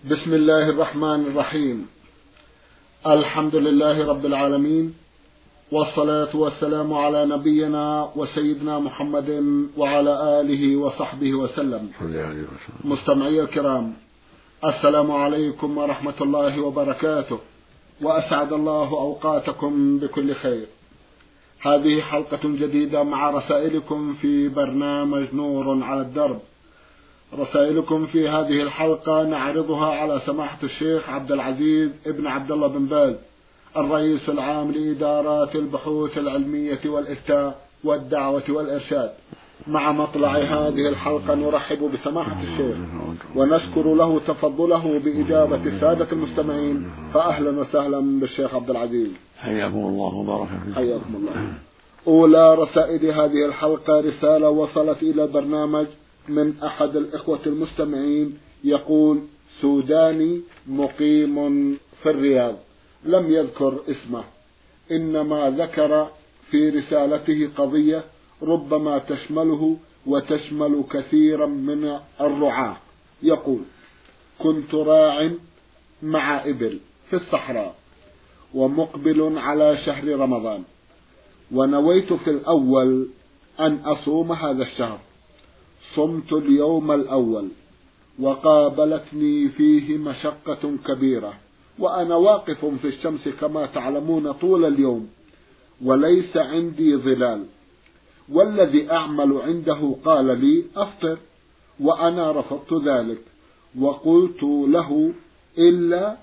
بسم الله الرحمن الرحيم. الحمد لله رب العالمين، والصلاة والسلام على نبينا وسيدنا محمد وعلى آله وصحبه وسلم. مستمعي الكرام، السلام عليكم ورحمة الله وبركاته، وأسعد الله أوقاتكم بكل خير. هذه حلقة جديدة مع رسائلكم في برنامج نور على الدرب. رسائلكم في هذه الحلقة نعرضها على سماحة الشيخ عبد العزيز ابن عبد الله بن باز، الرئيس العام لإدارات البحوث العلمية والإفتاء والدعوة والإرشاد. مع مطلع هذه الحلقة نرحب بسماحة الشيخ ونشكر له تفضله بإجابة السادة المستمعين، فأهلا وسهلا بالشيخ عبد العزيز. حياكم الله وبارك فيكم. حياكم الله. أولى رسائل هذه الحلقة رسالة وصلت إلى البرنامج من أحد الإخوة المستمعين، يقول: سوداني مقيم في الرياض، لم يذكر اسمه، إنما ذكر في رسالته قضية ربما تشمله وتشمل كثيرا من الرعاة. يقول: كنت راع مع إبل في الصحراء ومقبل على شهر رمضان، ونويت في الأول أن أصوم هذا الشهر. صمت اليوم الأول وقابلتني فيه مشقة كبيرة، وأنا واقف في الشمس كما تعلمون طول اليوم، وليس عندي ظلال، والذي أعمل عنده قال لي أفطر، وأنا رفضت ذلك وقلت له إلا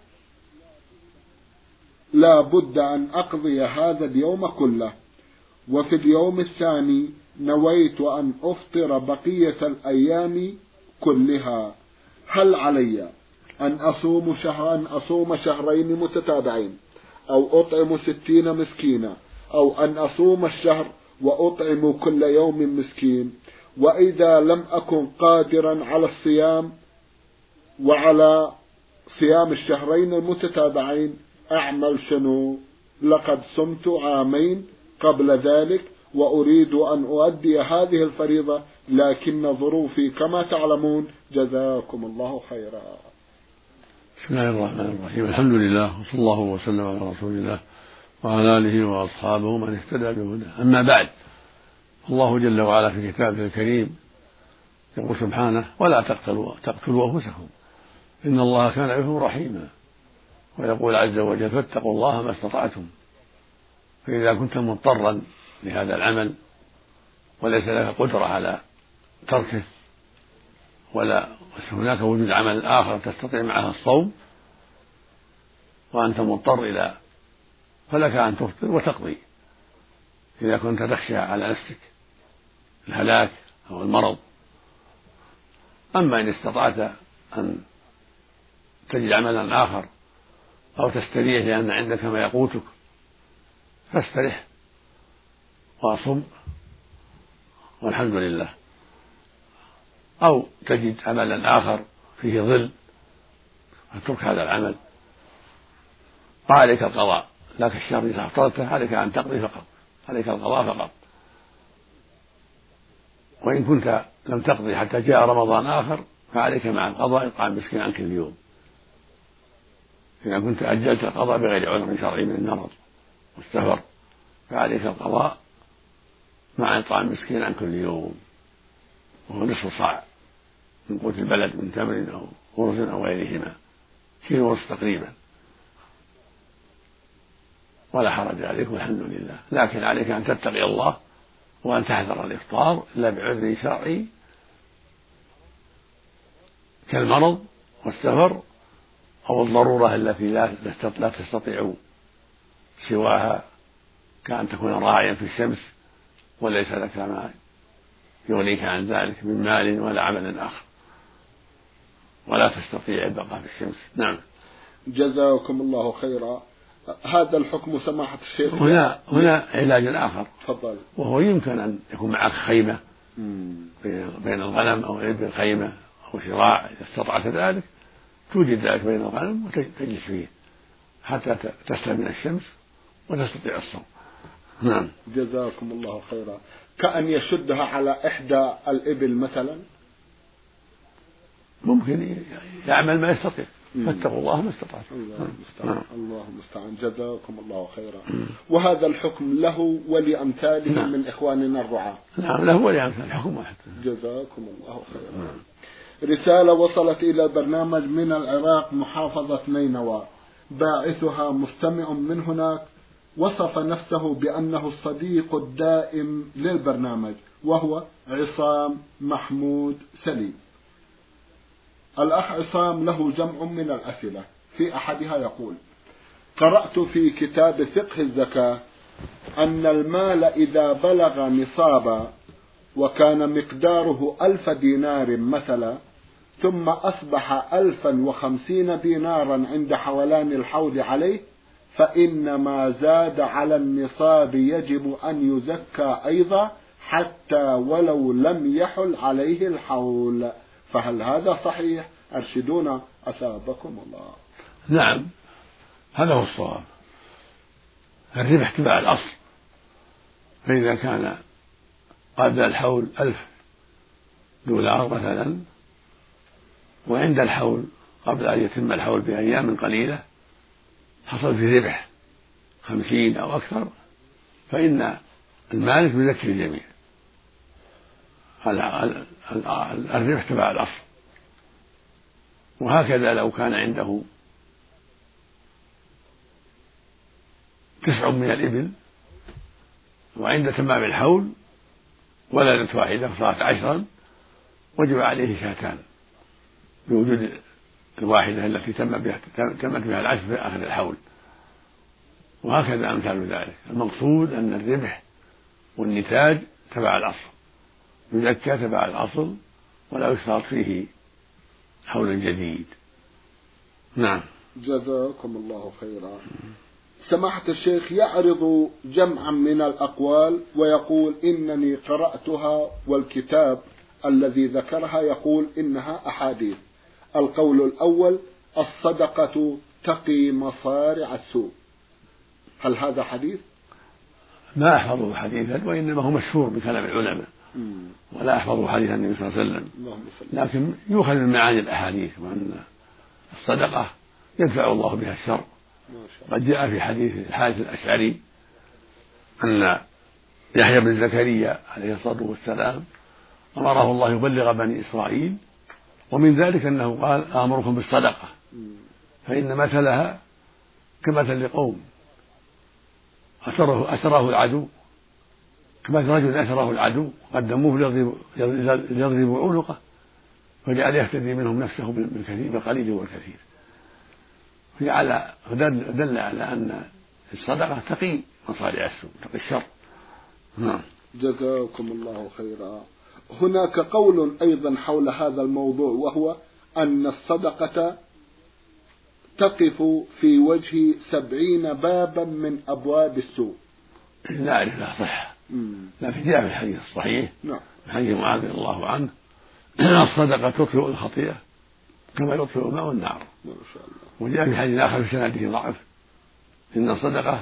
لا بد أن أقضي هذا اليوم كله. وفي اليوم الثاني نويت أن أفطر بقية الأيام كلها. هل علي أن أصوم شهرين متتابعين، أو أطعم 60 مسكينا، أو أن أصوم الشهر وأطعم كل يوم مسكين؟ وإذا لم أكن قادرا على الصيام وعلى صيام الشهرين المتتابعين أعمل شنو؟ لقد صمت عامين قبل ذلك وأريد أن أؤدي هذه الفريضة، لكن ظروفي كما تعلمون. جزاكم الله خيرا. بسم الله الرحمن الرحيم. الحمد لله، وصلى الله وسلم على رسول الله وعلى آله وأصحابه من اهتدى بهداه. أما بعد، الله جل وعلا في كتابه الكريم يقول سبحانه: ولا تقتلوا أنفسكم إن الله كان بكم رحيما. ويقول عز وجل: فاتقوا الله ما استطعتم. فإذا كنت مضطرا لهذا العمل وليس لك قدرة على تركه، ولا هناك وجود عمل آخر تستطيع معه الصوم، وأنت مضطر إلى، فلك أن تفطر وتقضي إذا كنت تخشى على نفسك الهلاك أو المرض. أما إن استطعت أن تجد عملا آخر أو تستريح لأن عندك ما يقوتك، فاسترح وأصم والحمد لله. أو تجد عملا آخر فيه ظل فترك هذا العمل، وعليك القضاء. لك الشهر إذا أفطرته عليك أن تقضي فقط، عليك القضاء فقط. وإن كنت لم تقضي حتى جاء رمضان آخر فعليك مع القضاء إطعام مسكين عن كل يوم. إذا كنت أجلت القضاء بغير عذر شرعي من المرض والسفر فعليك القضاء مع إطعام مسكين عن كل يوم، وهو نصف صاع من قوت البلد من تمر أو خبز أو غيرهما، كيلو ونصف تقريبا، ولا حرج عليك والحمد لله. لكن عليك أن تتقي الله وأن تحذر الإفطار إلا بعذر شرعي كالمرض والسفر أو الضرورة التي لا تستطيع سواها، كأن تكون راعيا في الشمس وليس لك ما يغنيك عن ذلك من مال ولا عمل آخر، ولا تستطيع البقاء في الشمس. نعم. جزاكم الله خيرا. هذا الحكم سماحة الشيخ. هنا علاج آخر، تفضل، وهو يمكن أن يكون معك خيمة بين الغنم أو الإبل، خيمة أو شراع إذا استطعت ذلك، توجد ذلك بين الغنم وتجلس فيه حتى تسلم من الشمس وتستطيع الصوم. نعم. جزاكم الله خيرا. كأن يشدها على إحدى الإبل مثلا، ممكن يعمل ما يستطيع. فاتقوا الله ما استطعتم. الله المستعان. الله المستعان. جزاكم الله خيرا. وهذا الحكم له ولأمثاله من إخواننا الرعاة. نعم له ولأمثاله، الحكم واحد. جزاكم الله خيرا. رسالة وصلت إلى البرنامج من العراق، محافظة نينوى، باعثها مستمع من هناك وصف نفسه بأنه الصديق الدائم للبرنامج، وهو عصام محمود سليم. الأخ عصام له جمع من الأسئلة، في أحدها يقول: قرأت في كتاب فقه الزكاة أن المال إذا بلغ نصابا وكان مقداره 1000 دينار مثلا، ثم أصبح 1050 دينارا عند حولان الحول عليه، فإن ما زاد على النصاب يجب أن يزكى أيضا حتى ولو لم يحل عليه الحول، فهل هذا صحيح؟ أرشدونا أثابكم الله. نعم هذا هو الصواب، الربح تبع الأصل، فإذا كان قبل الحول 1000 دولار مثلا، وعند الحول قبل أن يتم الحول بأيام قليلة حصل في ربح 50 أو أكثر، فإن المالك يزكي الجميع. الربح تبع الأصل. وهكذا لو كان عنده 9 من الإبل وعند تمام الحول ولدت واحدة فصارت 10، وجب عليه شاتان بوجود الواحدة التي تمت بها 10 في آخر الحول. وهكذا أمثال ذلك. المقصود أن الربح والنتاج تبع الأصل، يزكى تبع الأصل ولا يشترط فيه حول جديد. نعم. جزاكم الله خيرا. سماحة الشيخ يعرض جمعا من الأقوال ويقول: إنني قرأتها والكتاب الذي ذكرها يقول إنها أحاديث. القول الأول: الصدقة تقي مصارع السوء، هل هذا حديث؟ ما أحفظه حديثا، وإنما هو مشهور بكلام العلماء، ولا أحفظه حديث النبي صلى الله عليه وسلم، لكن يؤخذ من معاني الأحاديث، وأن الصدقة يدفع الله بها الشر. قد جاء في حديث الحارث الأشعري أن يحيى بن زكريا عليه الصلاة والسلام أمره الله يبلغ بني إسرائيل، ومن ذلك أنه قال: آمركم بالصدقة فإن مثلها كمثل قوم أسره العدو، كمثل رجل أسره العدو قدموه ليضربوا عنقه فجعل يفتدي منهم نفسه بالقليل والكثير. دل على أن الصدقة تقي مصارع السوء، تقي الشر. نعم. جزاكم الله خيرا. هناك قول أيضا حول هذا الموضوع، وهو أن الصدقة تقف في وجه 70 بابا من أبواب السوء. لا أعرف لها صحة، لكن جاء في الحديث الصحيح حديث معاذ رضي الله عنه: الصدقة تطفئ الخطيئة كما يطفئ الماء النار. ما شاء الله. وجاء في حديث آخر في سنده ضعف: إن الصدقة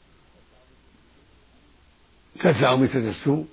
تدفع ميتة السوء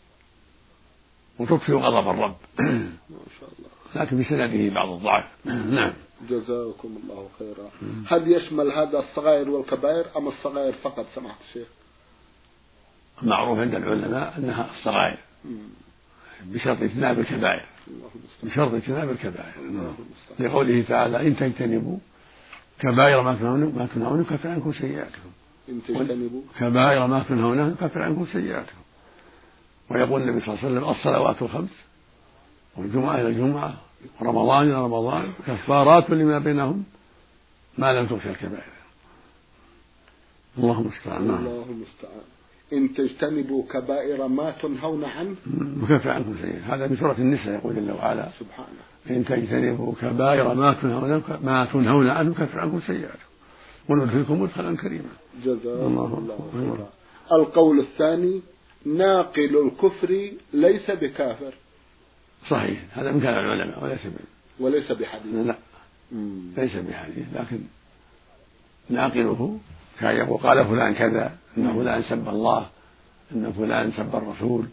وتطفئ غضب الرب. ما شاء الله. لكن في سنده بعض الضعف. نعم. جزاكم الله خيرا. هل يشمل هذا الصغائر والكبائر أم الصغائر فقط سماحة الشيخ؟ معروف عند العلماء أنها الصغائر بشرط اجتناب الكبائر، بشرط اجتناب الكبائر، لقوله تعالى: إن تجتنبوا كبائر ما تنهون يكفر عنكم سيئاتكم. إن تجتنبوا كبائر ما تنهون يكفر عنكم سيئاتكم. ويقول النبي صلى الله عليه وسلم: الصلوات الخمس والجمعة إلى الجمعة ورمضان إلى رمضان كفارات لما بينهم ما لم تغفر الكبائر. اللهم المستعان. اللهم المستعان. إن تجتنبوا كبائر ما تنهون عنه يكفر عنكم سيئات. هذا في سورة النساء يقول جل وعلا: سبحانه: إن تجتنبوا كبائر ما تنهون عنه يكفر عنكم سيئاتكم وندخلكم مدخلا كريما. جزاكم الله خيرا. القول الثاني: ناقل الكفر ليس بكافر. صحيح، هذا من كلام العلماء وليس بحديث. لا ليس بحديث، لكن ناقله كان يقول: قال فلان كذا، إن فلان سب الله، إن فلان سب الرسول،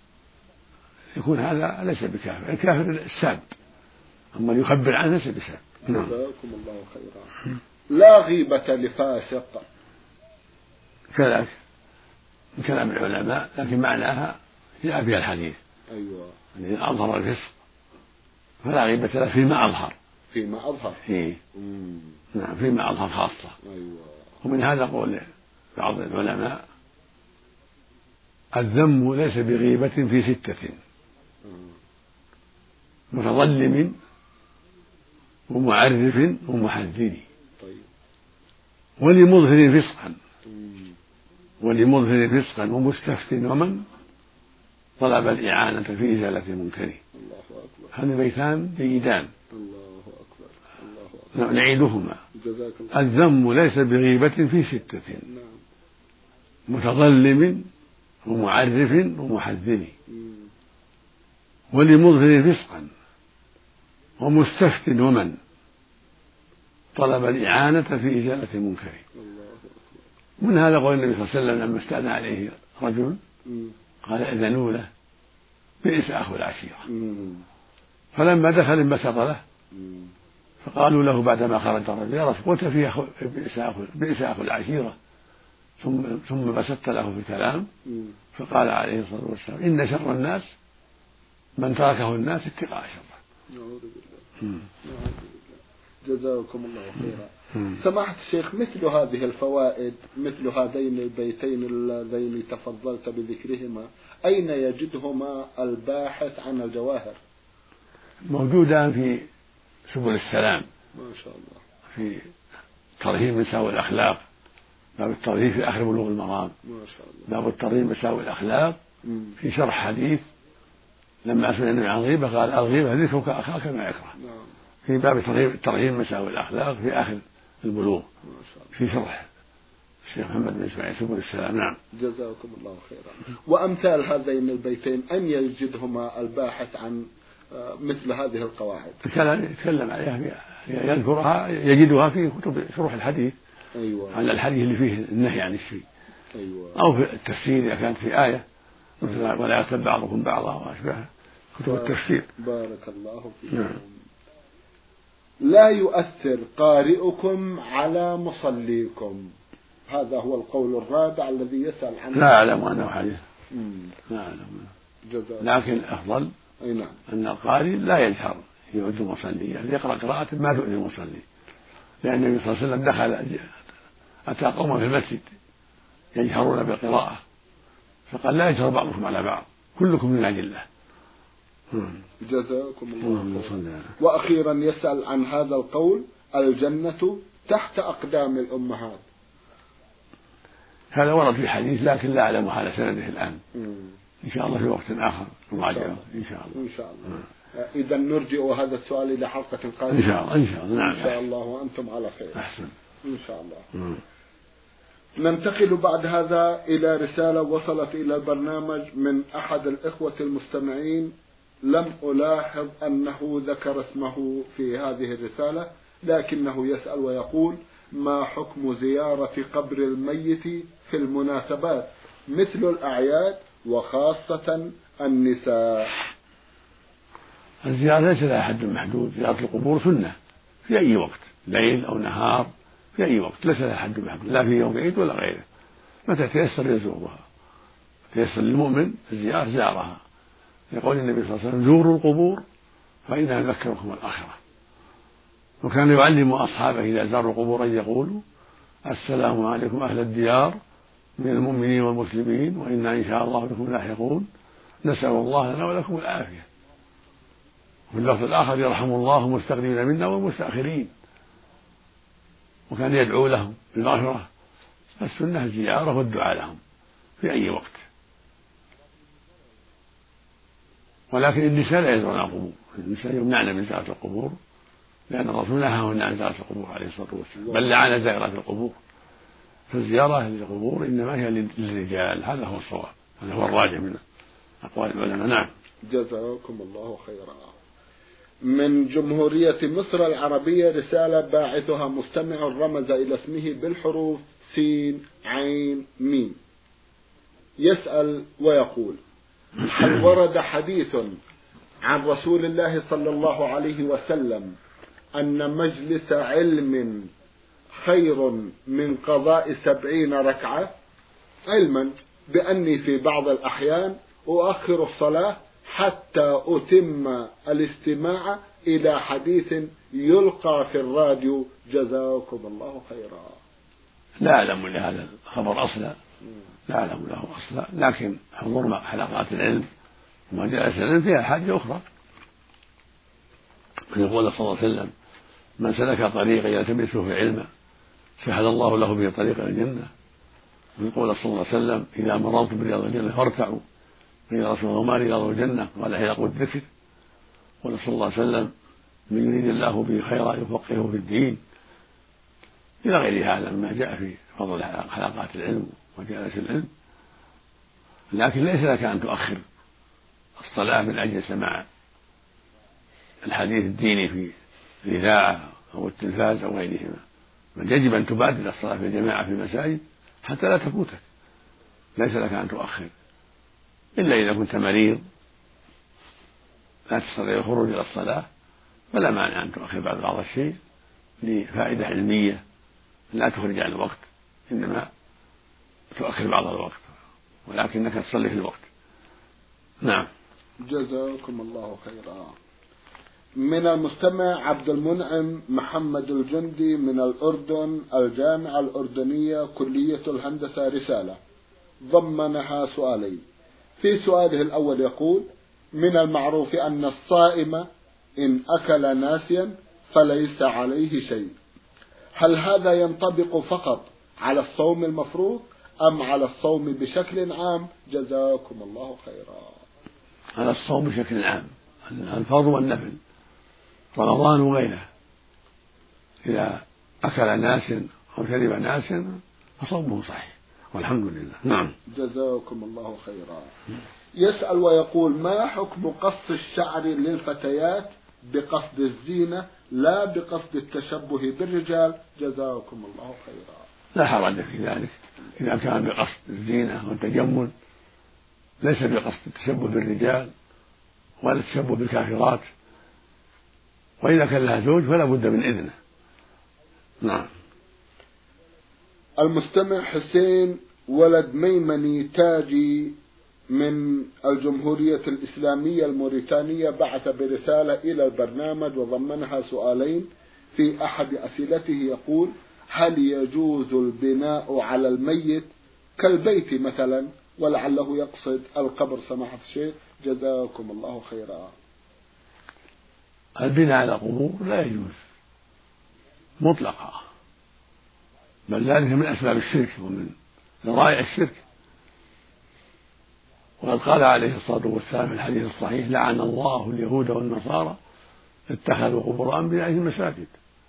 يكون هذا ليس بكافر. الكافر الساب، أما يخبر عنه ليس بساب. جزاكم الله خيرا. لا غيبة لفاسق. كذلك من كلام العلماء، لكن معناها جاء فيها الحديث. أيوة. يعني أظهر الفسق فلا غيبة له فيما أظهر. فيما أظهر. إيه. نعم، فيما أظهر خاصة. أيوة. ومن هذا قول بعض العلماء: الذم ليس بغيبة في 6: متظلم ومعرف ومحذر. طيب. ولمظهر فسقا ومستفت ومن طلب الإعانة في إزالة المنكر. الله أكبر. هذه بيتان جيدان. الله أكبر. الله أكبر. نعيدهما: جزاك الله. الذم ليس بغيبة في 6: نعم. متظلم ومعرف ومحذر. ولمظهر فسقا ومستفت ومن طلب الإعانة في إزالة المنكر. من هذا قول النبي صلى الله عليه وسلم لما استأذن عليه رجل قال: إذنوا له، بئس أخو العشيرة. فلما دخل انبسط له، فقالوا له بعدما خرج الرجل: يا رسول، قلت فيه بئس أخو العشيرة، ثم بسطت له في الكلام. فقال عليه الصلاة والسلام: إن شر الناس من تركه الناس اتقاء شره. نعوذ بالله. جزاكم الله خيرا. سماحة الشيخ، مثل هذه الفوائد، مثل هذين البيتين اللذين تفضلت بذكرهما، أين يجدهما الباحث عن الجواهر؟ موجودان في سبل السلام ما شاء الله، في ترهيب مساوئ الأخلاق، باب الترهيب في آخر بلوغ المرام، ما شاء الله. باب الترهيب مساوئ الأخلاق في شرح حديث لما سئل النبي عن الغيبة قال: الغيبة ذكرك أخاك ما يكره. في باب الترهيب مساوئ الأخلاق في آخر البلوغ في شرح الشيخ محمد بن إسماعيل سبل السلام. نعم. جزاكم الله خيرا. وأمثال هذين البيتين أن يجدهما الباحث عن مثل هذه القواعد؟ يتكلم عليها، يذكرها، يجدها في كتب شروح الحديث. أيوة. على الحديث اللي فيه النهي عن الشيء. أيوة. أو في التفسير إذا كانت في آية مثل ولا يغتب بعضكم بعضا وأشباهه، كتب التفسير. بارك الله فيكم. نعم. لا يؤثر قارئكم على مصليكم، هذا هو القول الرابع الذي يسأل عنه. لا أعلم أنه حديث. لا أعلم. لكن الأفضل أن القارئ لا يجهر يؤذي المصلي، يعني يقرأ قراءة ما تؤذي المصلي، لأن النبي صلى الله عليه وسلم دخل أتى قوما في المسجد يجهرون بالقراءة فقال: لا يجهر بعضكم على بعض، كلكم ينادي الله. جزاكم الله خيرا. وأخيرا يسأل عن هذا القول: الجنة تحت أقدام الأمهات. هذا ورد في حديث لكن لا أعلم على سنده الآن. إن شاء الله في وقت آخر نراجعه إن شاء الله. إن شاء الله. إذا نرجع هذا السؤال إلى حلقة قادمة إن شاء الله. إن شاء الله. نعم. إن شاء الله وأنتم على خير. أحسن. إن شاء الله. ننتقل بعد هذا إلى رسالة وصلت إلى البرنامج من أحد الإخوة المستمعين، لم ألاحظ أنه ذكر اسمه في هذه الرسالة، لكنه يسأل ويقول: ما حكم زيارة قبر الميت في المناسبات مثل الأعياد وخاصة النساء؟ الزيارة ليس لها حد محدود، زيارة القبور سنة في أي وقت، ليل أو نهار، في أي وقت، ليس لها حد محدود، لا في يوم عيد ولا غيره، متى تيسر يزورها، تيسر للمؤمن الزيارة زارها، يقول النبي صلى الله عليه وسلم: زوروا القبور فإنها تذكركم الآخرة. وكان يعلم أصحابه إذا زاروا القبور أن يقولوا: السلام عليكم أهل الديار من المؤمنين والمسلمين وإنا إن شاء الله بكم لاحقون، نسأل الله لنا ولكم العافية. وفي اللفظ الآخر: يرحم الله المستقدمين منا والمستأخرين. وكان يدعو لهم بالمغفرة. فالسنة الزيارة والدعاء لهم في أي وقت. ولكن النساء لا يزورن القبور، النساء يمنعن من زيارة القبور، لأن الرسول نهاهن عن زيارة القبور عليه الصلاة والسلام، بل لعن زائرات القبور. فالزيارة للقبور إنما هي للرجال، هذا هو الصواب، هذا هو الراجح من أقوال العلماء. نعم. جزاكم الله خيرا. من جمهورية مصر العربية رسالة باعثها مستمع رمز إلى اسمه بالحروف سين عين ميم، يسأل ويقول: هل ورد حديث عن رسول الله صلى الله عليه وسلم أن مجلس علم خير من قضاء 70 ركعة، علما بأني في بعض الأحيان أؤخر الصلاة حتى أتم الاستماع إلى حديث يلقى في الراديو، جزاكم الله خيرا. لا أعلم لهذا الخبر أصلا، لا أعلم له أصلا، لكن حضور حلقات العلم ومجالس العلم فيها حاجة أخرى. يقول صلى الله عليه وسلم: من سلك طريقا يلتمسه في علما سهل الله له به طريق الجنة. ويقول صلى الله عليه وسلم: إذا مررت برياض الجنة فارتعوا، قيل يا رسول الله ما رياض الجنة؟ قال: حلق الذكر. قال صلى الله عليه وسلم: من يريد الله به خيرا يفقهه في الدين، إلى غير هذا مما جاء في فضل حلقات العلم وجالس العلم. لكن ليس لك أن تؤخر الصلاة من أجل سماع الحديث الديني في الإذاعة أو التلفاز أو غيرهما، بل يجب أن تبادر الصلاة في الجماعة في المساجد حتى لا تفوتك. ليس لك أن تؤخر إلا إذا كنت مريض لا تستطيع الخروج إلى الصلاة، فلا مانع أن تؤخر بعض الشيء لفائدة علمية، لا تخرج عن الوقت، إنما تؤخر بعض الوقت، ولكنك تصلي في الوقت. نعم. جزاكم الله خيرا. من المستمع عبد المنعم محمد الجندي من الأردن، الجامعة الأردنية كلية الهندسة، رسالة ضمنها سؤالين. في سؤاله الأول يقول: من المعروف أن الصائم إن أكل ناسيا فليس عليه شيء، هل هذا ينطبق فقط على الصوم المفروض أم على الصوم بشكل عام؟ جزاكم الله خيرا. على الصوم بشكل عام، الفرض والنفل، رمضان وغيره، إذا أكل ناس أو شرب ناس فصومه صحيح والحمد لله. نعم. جزاكم الله خيرا. يسأل ويقول: ما حكم قص الشعر للفتيات بقصد الزينة لا بقصد التشبه بالرجال؟ جزاكم الله خيرا. لا حرج في ذلك إذا كان بقصد الزينة والتجمل، ليس بقصد التشبه بالرجال ولا التشبه بالكافرات، وإذا كان لها زوج فلا بد من إذنه. نعم. المستمع حسين ولد ميمني تاجي من الجمهورية الإسلامية الموريتانية بعث برسالة إلى البرنامج وضمنها سؤالين. في أحد أسئلته يقول: هل يجوز البناء على الميت كالبيت مثلا؟ ولعله يقصد القبر سماحة الشيخ، جزاكم الله خيرا. البناء على القبور لا يجوز مطلقا، بل ذلك من أسباب الشرك ومن ذرائع الشرك. وقد قال عليه الصلاة والسلام في الحديث الصحيح: لعن الله اليهود والنصارى اتخذوا قبور أنبيائهم مساجد.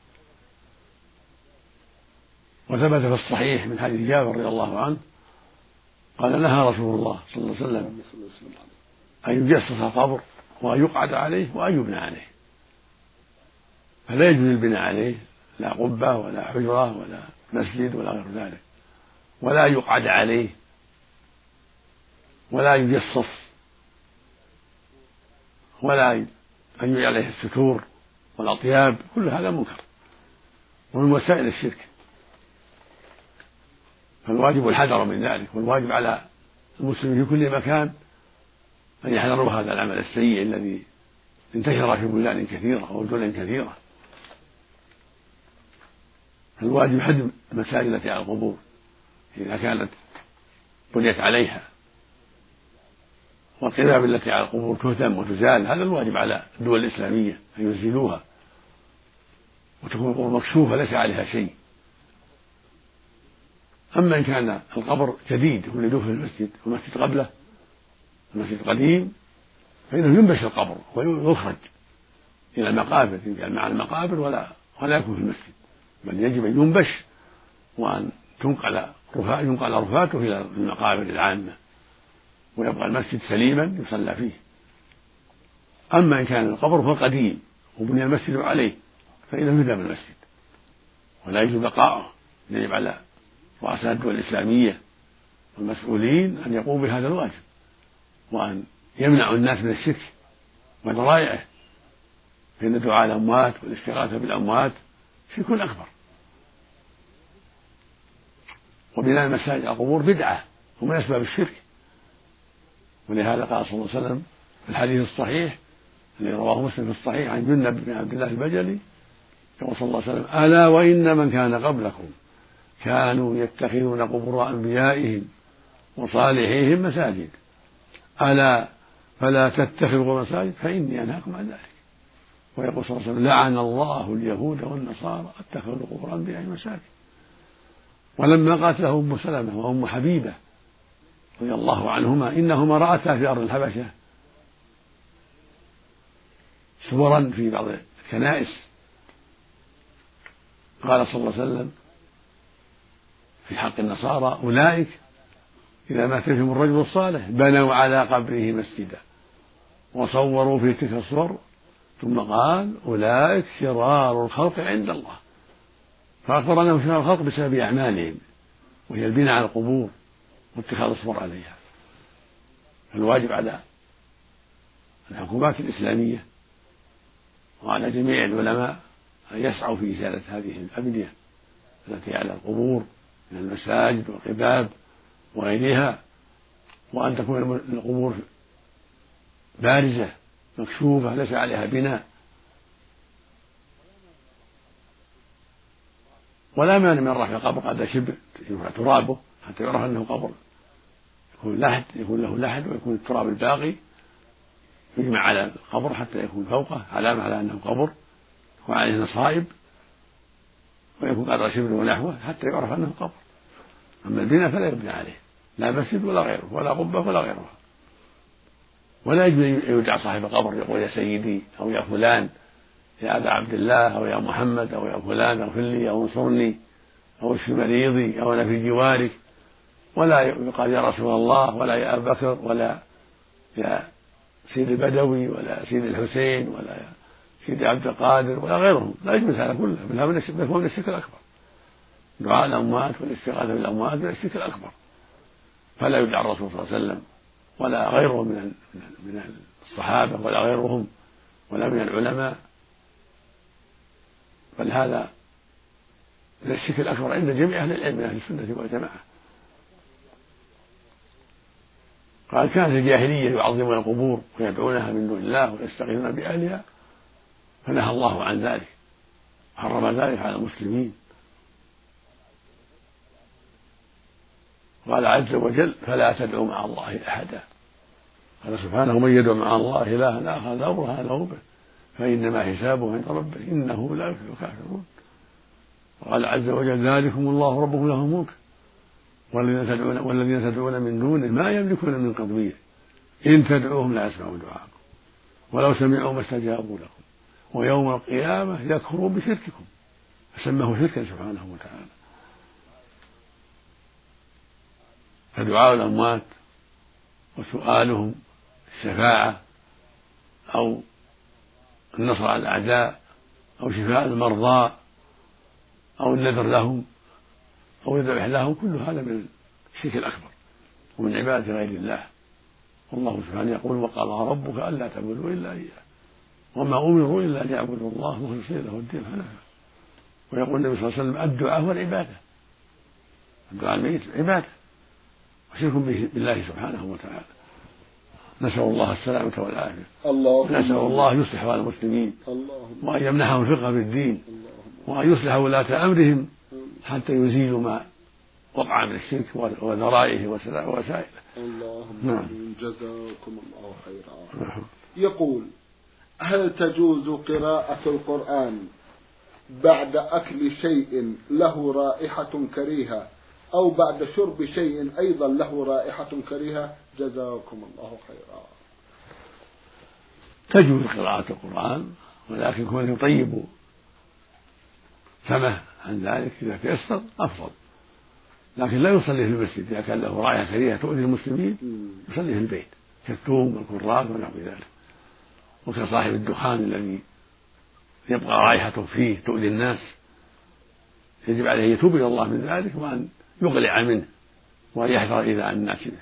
وثبت في الصحيح من حديث جابر رضي الله عنه قال: نهى رسول الله صلى الله عليه وسلم أن يجسس القبر وأن يقعد عليه وأن يبنى عليه، فلا يجوز البناء عليه، لا قبة ولا حجرة ولا مسجد ولا غير ذلك، ولا يقعد عليه، ولا يجصص، ولا أن يجعل عليه الستور والأطياب، كل هذا منكر ومن وسائل الشرك، فالواجب الحذر من ذلك. والواجب على المسلمين في كل مكان أن يحذروا هذا العمل السيء الذي انتشر في بلدان كثيرة ودول كثيرة. الواجب هدم المساجد التي على القبور إذا كانت بنيت عليها، والقلاب التي على القبور تهدم وتزال. هذا الواجب على الدول الإسلامية أن يزيلوها وتكون القبور مكشوفة ليس عليها شيء. أما إن كان القبر جديد ولدوه في المسجد والمسجد قبله المسجد قديم، فإنه ينبش القبر ويخرج إلى المقابر، يجعل مع المقابر ولا يكون في المسجد، بل يجب أن ينبش وأن ينقل رفاته إلى المقابر العامة، ويبقى المسجد سليما يصلى فيه. أما إن كان القبر قديم وبني المسجد عليه فإنه يهدم المسجد ولا يجوز بقاؤه. يجب على رؤساء الدول الإسلامية والمسؤولين أن يقوموا بهذا الواجب، وأن يمنعوا الناس من الشرك وذرائعه، فإن دعاء الأموات والاستغاثة بالأموات شرك أكبر. وبناء المساجد على القبور بدعة ومن أسباب الشرك. ولهذا قال صلى الله عليه وسلم في الحديث الصحيح الذي رواه مسلم في الصحيح عن جندب بن عبد الله البجلي قال صلى الله عليه وسلم: ألا وإن من كان قبلكم كانوا يتخذون قبور أنبيائهم وصالحيهم مساجد، ألا فلا تتخذوا مساجد فإني أنهاكم عن ذلك. ويقول صلى الله عليه وسلم: لعن الله اليهود والنصارى اتخذوا قبور أنبيائهم مساجد. ولما قاتله أم سلمة وأم حبيبة رضي الله عنهما إنهما رأتا في أرض الحبشة صورا في بعض الكنائس، قال صلى الله عليه وسلم في حق النصارى: أولئك إذا مات فيهم الرجل الصالح بنوا على قبره مسجدا وصوروا في تلك الصور، ثم قال: أولئك شرار الخلق عند الله. فأخبر أنهم شرار الخلق بسبب أعمالهم وهي البناء على القبور واتخاذ الصور عليها. فالواجب على الحكومات الإسلامية وعلى جميع العلماء أن يسعوا في إزالة هذه الأبنية التي على القبور من المساجد والقباب وغيرها، وأن تكون القبور بارزة مكشوفة ليس عليها بناء. ولا مانع من رفع قبر قدر شبر يرفع ترابه حتى يعرف أنه قبر، يكون له لحد ويكون التراب الباقي يجمع على القبر حتى يكون فوقه علامة على أنه قبر وعليه نصائب، ويكون قدر شبر ونحوه حتى يعرف أنه قبر. أما البناء فلا يبنى عليه لا مسجد ولا غيره ولا قبة ولا غيرها. ولا يجوز أن يدعى صاحب القبر يقول: يا سيدي أو يا فلان يا أبا عبد الله أو يا محمد أو يا فلان اغفر لي أو انصرني أو اشف مريضي أو أنا في جوارك، ولا يقال يا رسول الله ولا يا أبا بكر ولا يا سيد البدوي ولا سيد الحسين ولا يا سيد عبد القادر ولا غيرهم. لا يجوز هذا كله، بل هو من الشرك الأكبر. دعاء الأموات والاستغاثة بالأموات من الشرك الأكبر، فلا يدعى الرسول صلى الله عليه وسلم ولا غيره من الصحابة ولا غيرهم ولا من العلماء، بل هذا من الشرك الأكبر عند جميع أهل العلم من أهل السنة والجماعة. قال: كانت الجاهلية يعظمون القبور ويدعونها من دون الله ويستغيثون بأهلها، فنهى الله عن ذلك، حرم ذلك على المسلمين. قال عز وجل: فلا تدعوا مع الله أحدا. قال سبحانه: من يدعو مع الله إلها آخر لا برهان له به فإنما حسابه عند ربه إنه لا يفلح الكافرون. وقال عز وجل: ذلكم الله ربكم له الملك والذين تدعون من دونه ما يملكون من قطمير إن تدعوهم لا يسمعوا دعاءكم ولو سمعوا ما استجابوا لكم ويوم القيامة يكفرون بشرككم، فسماه شركا سبحانه وتعالى. فدعاء الأموات وسؤالهم الشفاعة أو النصر على الأعداء أو شفاء المرضى أو النذر لهم أو الذبح لهم، كل هذا من الشرك الأكبر ومن عبادة غير الله. والله سبحانه يقول: وقضى ربك ألا تعبدوا إلا إياه وما أمروا إلا أن يعبدوا الله مخلصين له الدين حنفا. ويقول النبي صلى الله عليه وسلم: الدعاء هو العبادة، الدعاء الميت عبادة وشرك بالله سبحانه وتعالى. نسأل الله السلامة والعافية، ونسأل الله يصلح أحوال المسلمين وأن يمنحهم الفقه في الدين وأن يصلح ولاة أمرهم حتى يزيلوا ما وقع من الشرك وذرائه ووسائله. اللهم جزاكم الله خيرا. يقول: هل تجوز قراءة القرآن بعد أكل شيء له رائحة كريهة أو بعد شرب شيء أيضا له رائحة كريهة؟ جزاكم الله خيرا. تجوز قراءة القرآن، ولكن كونه يطيب فمه عن ذلك إذا تيسر أفضل، لكن لا يصلي في المسجد إذا كان له رائحة كريهة تؤذي المسلمين، يصلي في البيت كالثوم والكراث ونحو ذلك. وكصاحب الدخان الذي يبقى رائحته فيه تؤذي الناس، يجب عليه أن يتوب إلى الله من ذلك وأن يقلع منه وأن يحذر إيذاء الناس به.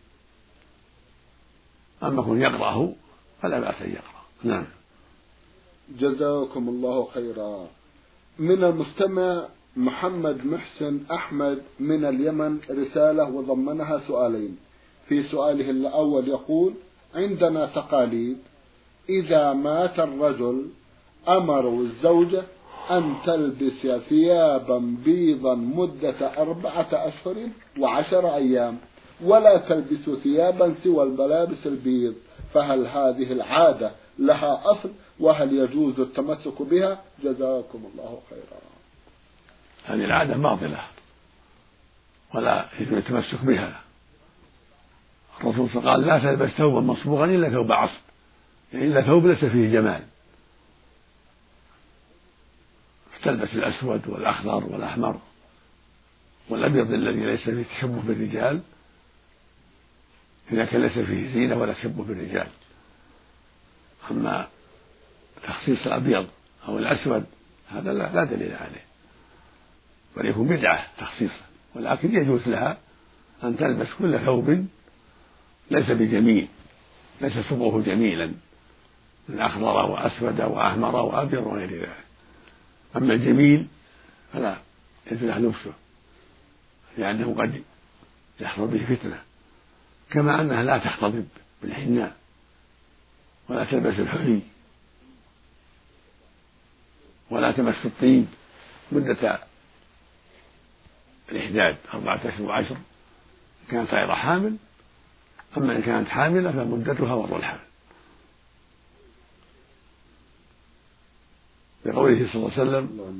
أما كن يقرأه فلا بأس أن يقرأ. نعم. جزاكم الله خيرا. من المستمع محمد محسن أحمد من اليمن رسالة وضمنها سؤالين. في سؤاله الأول يقول: عندنا تقاليد إذا مات الرجل أمروا الزوجة أن تلبس ثيابا بيضا مدة 4 أشهر و10 أيام، ولا تلبس ثيابا سوى الملابس البيض، فهل هذه العادة لها أصل، وهل يجوز التمسك بها؟ جزاكم الله خيرا. هذه العادة باطلة ولا يجوز التمسك بها. الرسول صلى الله عليه وسلم قال: لا تلبس ثوبا مصبوغا إلا ثوب عصب، يعني إلا ثوب ليس فيه جمال. تلبس الأسود والأخضر والأحمر والأبيض الذي ليس فيه تشبه بالرجال، إذا كان ليس فيه زينة ولا تشبه بالرجال. أما تخصيص الأبيض أو الأسود هذا لا دليل عليه، بل يكون بدعة تخصيصه، ولكن يجوز لها أن تلبس كل ثوب ليس بجميل، ليس صبغه جميلا من أخضر وأسود وأحمر وأبيض وغير ذلك. أما الجميل فلا يجوز له لبسه، لأنه قد يحصل به فتنة، كما أنها لا تختضب بالحناء ولا تلبس الحلي ولا تمس الطيب مدة الإحداد 4 أشهر و10 إن كانت غير حامل. أما إن كانت حاملة فمدتها وضع الحمل، بقوله صلى الله عليه وسلم: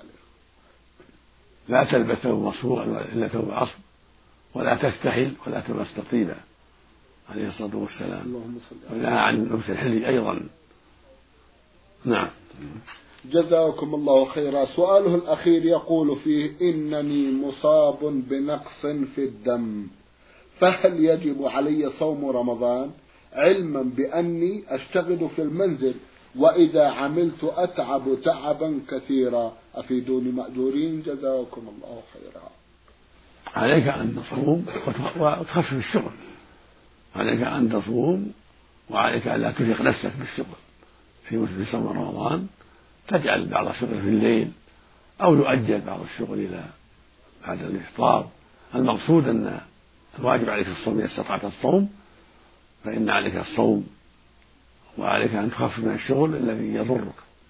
لا تلبس ثوب مصبوغا إلا ثوب عصب، ولا تكتحل ولا تمس طيبا، عليه الصلاة والسلام، ونهى عن لبس الحلي أيضا. نعم. جزاكم الله خيرا. سؤاله الأخير يقول فيه: إنني مصاب بنقص في الدم، فهل يجب علي صوم رمضان، علما بأني أشتغل في المنزل، وإذا عملت أتعب تعبا كثيرا، أفيدوني مأجورين جزاكم الله خيرا. عليك أن تصوم وتخفف الشغل، عليك أن تصوم، وعليك أن لا ترهق نفسك بالشغل في صوم رمضان، تجعل بعض الشغل في الليل أو يؤجل بعض الشغل إلى بعد الإفطار. المقصود أن الواجب عليك الصوم إذا استطعت الصوم فإن عليك الصوم، وعليك أن تخفف من الشغل الذي يضرك.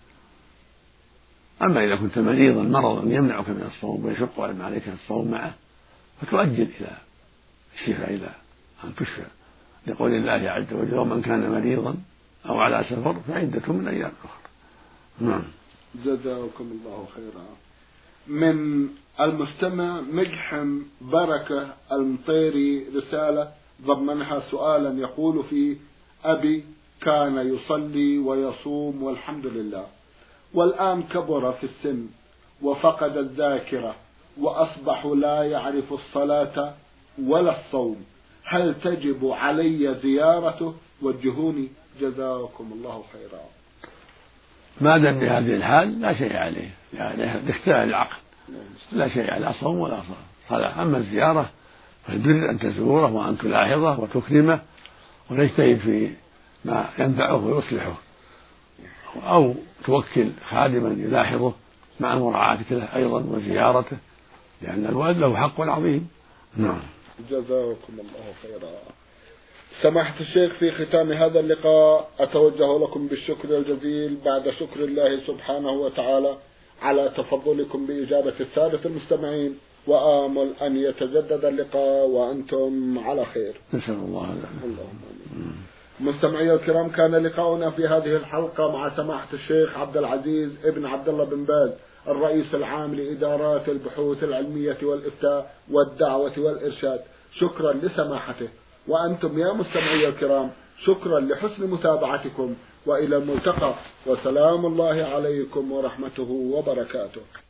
أما إذا كنت مريضا مرضا يمنعك من الصوم ويشق عليك الصوم معه فتؤجل إلى الشفاء، إلى أن تشفى، لقول الله عز وجل: ومن كان مريضا أو على سفر فعدة من أيام أخرى. نعم. جزاكم الله خيرا. من المستمع مجحم بركة المطيري رسالة ضمنها سؤالا يقول فيه: أبي كان يصلي ويصوم والحمد لله، والآن كبر في السن وفقد الذاكرة وأصبح لا يعرف الصلاة ولا الصوم، هل تجب علي زيارته؟ وجهوني جزاكم الله خيرا. ما دام بهذه الحال لا شيء عليه، يعني اختلال العقل، لا شيء على صوم ولا صلاة. أما الزيارة فالبر أن تزوره وأن تلاحظه وتكرمه وتجتهد في ما ينفعه ويصلحه، أو توكل خادما يلاحظه مع مراعاتك له أيضا وزيارته، لأن الوالد له حق عظيم. نعم. جزاكم الله خيرا. سماحة الشيخ، في ختام هذا اللقاء أتوجه لكم بالشكر الجزيل بعد شكر الله سبحانه وتعالى على تفضلكم بإجابة السادة المستمعين، وآمل أن يتجدد اللقاء وأنتم على خير. نسأل الله ذلك. اللهم آمين. مستمعي الكرام، كان لقاؤنا في هذه الحلقة مع سماحة الشيخ عبد العزيز ابن عبد الله بن باز، الرئيس العام لإدارات البحوث العلمية والإفتاء والدعوة والإرشاد. شكرا لسماحته، وأنتم يا مستمعي الكرام شكرا لحسن متابعتكم، وإلى الملتقى، وسلام الله عليكم ورحمته وبركاته.